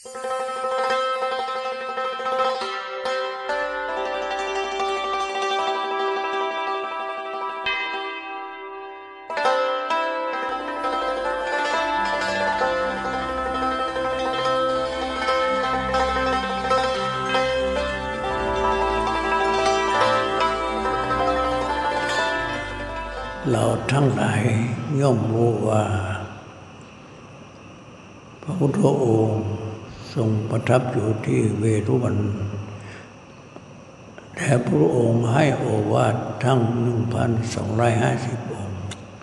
เราทั้งหลายย่อมรู้ว่าพระพุทธองค์ทรงประทับอยู่ที่เวรุวันแต่พระองค์ให้โอวาททั้ง 1,250 องค์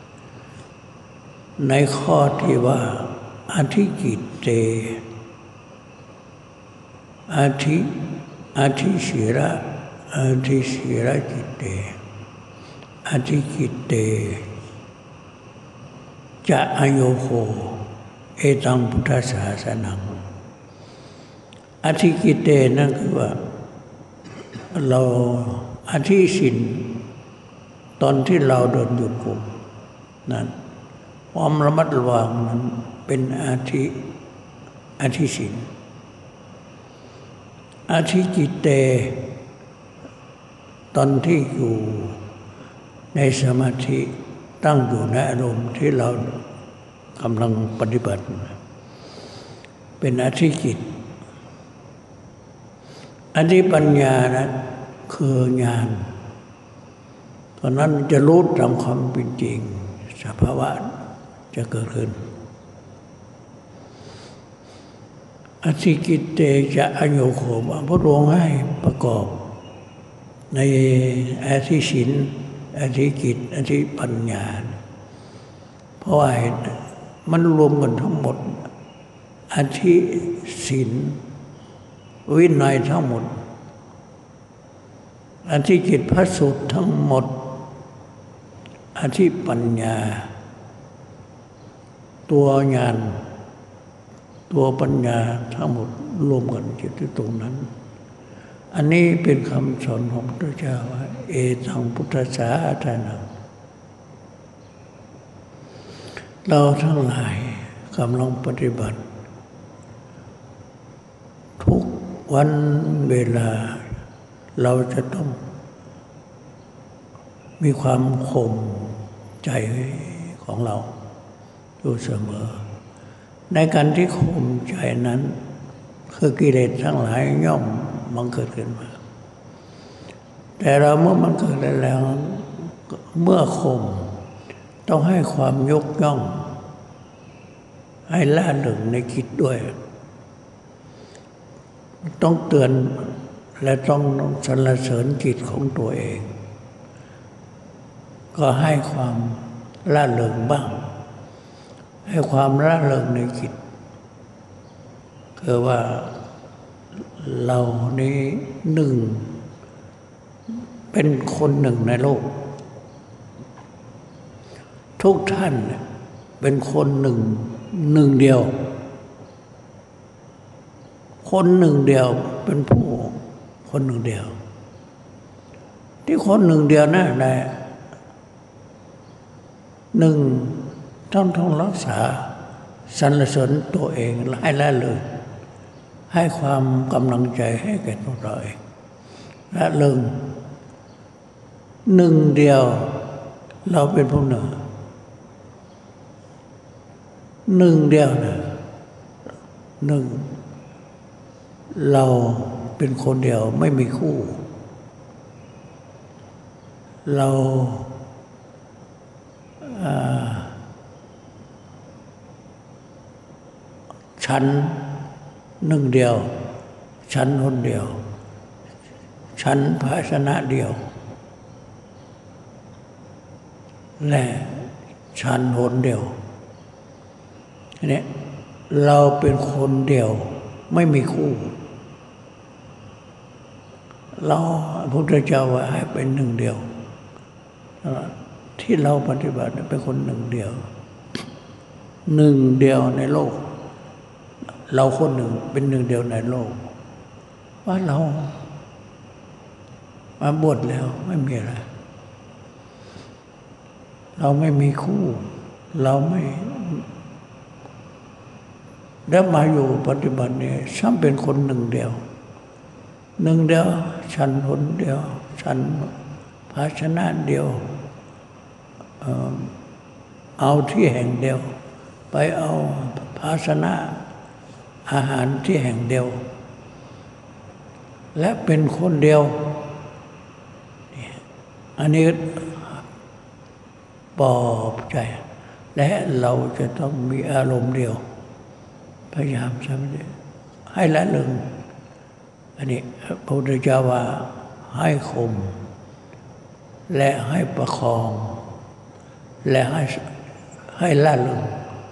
ในข้อที่ว่าอธิกิตเตอธิศิระกิตเตอธิกิตเตจะอโยโคเอตังพุทธศาสนังอธิกิตเตนั่นคือว่าเราอธิศีลตอนที่เราเดินอยู่กลุ่มนั้นความระมัดระวังนั้นเป็นอธิศีลอธิกิตเตตอนที่อยู่ในสมาธิตั้งอยู่ในอารมณ์ที่เรากำลังปฏิบัติเป็นอธิกิตอธิปัญญานะคือญาณตอนนั้นจะรู้ตามความเป็นจริงสภาวะจะเกิดขึ้นอธิกิตเตจะอโยโคพระองค์ให้ประกอบในอธิศีลอธิกิตอธิปัญญาเพราะว่ามันรวมกันทั้งหมดอธิศีลวินัยทั้งหมดอธิกิตพระสูตรทั้งหมดอธิปัญญาตัวญาณตัวปัญญาทั้งหมดรวมกันอยู่ที่ตรงนั้นอันนี้เป็นคำสอนของพระเจ้าว่าเอตังพุทธศาสนังเราทั้งหลายกำลังปฏิบัติทุกวันเวลาเราจะต้องมีความข่มใจของเราอยู่เสมอในการที่ข่มใจนั้นคือกิเลสทั้งหลายย่อมบังเกิดขึ้นมาแต่เราเมื่อมันเกิดแล้วเมื่อข่มต้องให้ความยกย่องให้ล่าเริงในจิตด้วยต้องเตือนและต้องสรรเสริญจิตของตัวเองก็ให้ความล่าเริงบ้างให้ความล่าเริงในจิตคือว่าเรานี้หนึ่งเป็นคนหนึ่งในโลกทุกท่านเป็นคนหนึ่งเดียวคนหนึ่งเดียวเป็นผู้คนหนึ่งเดียวที่คนหนึ่งเดียวนั่นแหละหนึ่งต้องรักษาสรรเสริญตัวเองให้ละเลยให้ความกำลังใจให้แก่ตัวเราเองละเลิงหนึ่งเดียวเราเป็นผู้หนึ่งเดียวนะหนึ่งเราเป็นคนเดียวไม่มีคู่เราฉันหนึ่งเดียวฉันคนเดียวฉันภาชนะเดียวและฉันคนเดียวเนี่ยเราเป็นคนเดียวไม่มีคู่เราพระพุทธเจ้าว่าให้เป็นหนึ่งเดียวที่เราปฏิบัติเป็นคนหนึ่งเดียวในโลกเราคนหนึ่งเป็นหนึ่งเดียวในโลกว่าเรามาบวชแล้วไม่มีอะไรเราไม่มีคู่เราไม่แล้วมาอยู่ปฏิบัติเนี่ยซ้ำเป็นคนหนึ่งเดียวฉันหนเดียวฉันภาชนะเดียวเอาที่แห่งเดียวไปเอาภาชนะอาหารที่แห่งเดียวและเป็นคนเดียวอันนี้ปลอบใจและเราจะต้องมีอารมณ์เดียวพยายามทำให้ละลึงอันนี้พระพุทธเจ้าว่าให้ข่มและให้ประคองและให้ละลึง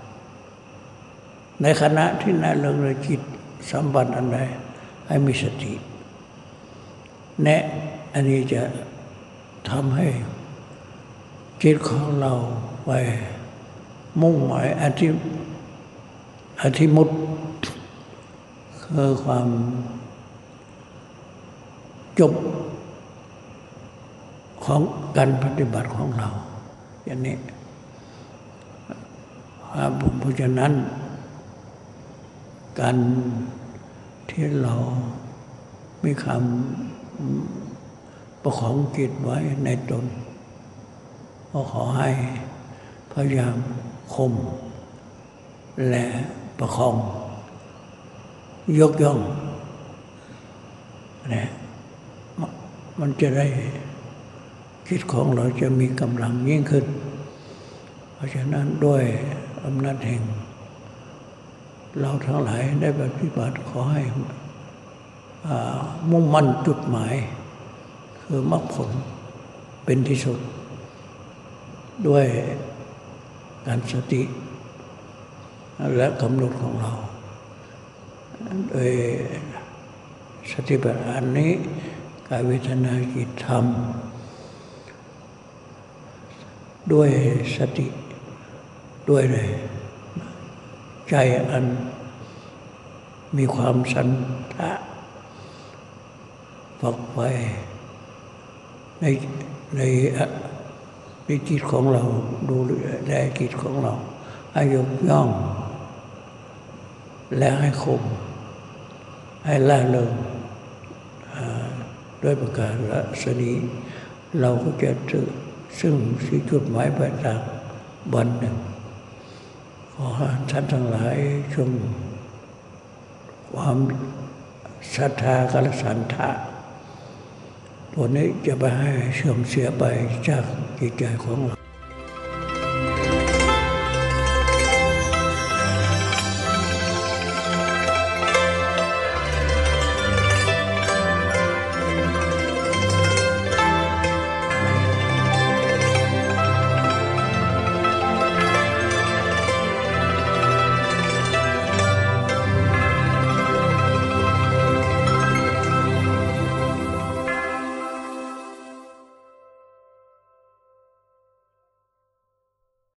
ในขณะที่ละลึงในจิตสัมผัสอันใดให้มีสติแนะอันนี้จะทำให้จิตของเราไปมุ่งหมายอธิมุตคือความจบของการปฏิบัติของเราอย่างนี้เพราะฉะนั้นการที่เรามีคำประคองจิตไว้ในตนก็ขอให้พยายามข่มและประคองยกย่องนะมันจะได้จิตของเราจะมีกำลังยิ่งขึ้นเพราะฉะนั้นด้วยอำนาจแห่งเราทั้งหลายได้ปฏิบัติขอให้มุ่งมั่นจุดหมายคือมรรคผลเป็นที่สุดด้วยการสติและกำหนดของเราโดยสติปัฏฐานนี้กายเวทนาจิตธรรมด้วยสติด้วยใจอันมีความสันทะฝักใฝ่ในจิตของเราดูแลจิตของเราให้ยกย่องและให้ข่มให้ละเลิงด้วยประการศนี้เราก็จะถึงซึ่งจุดหมายปลายทางวันหนึ่งขอท่านทั้งหลายจงความศรัทธากรสันทะตัวนี้จะไปให้เสื่อมเสียไปจากจิตใจของเรา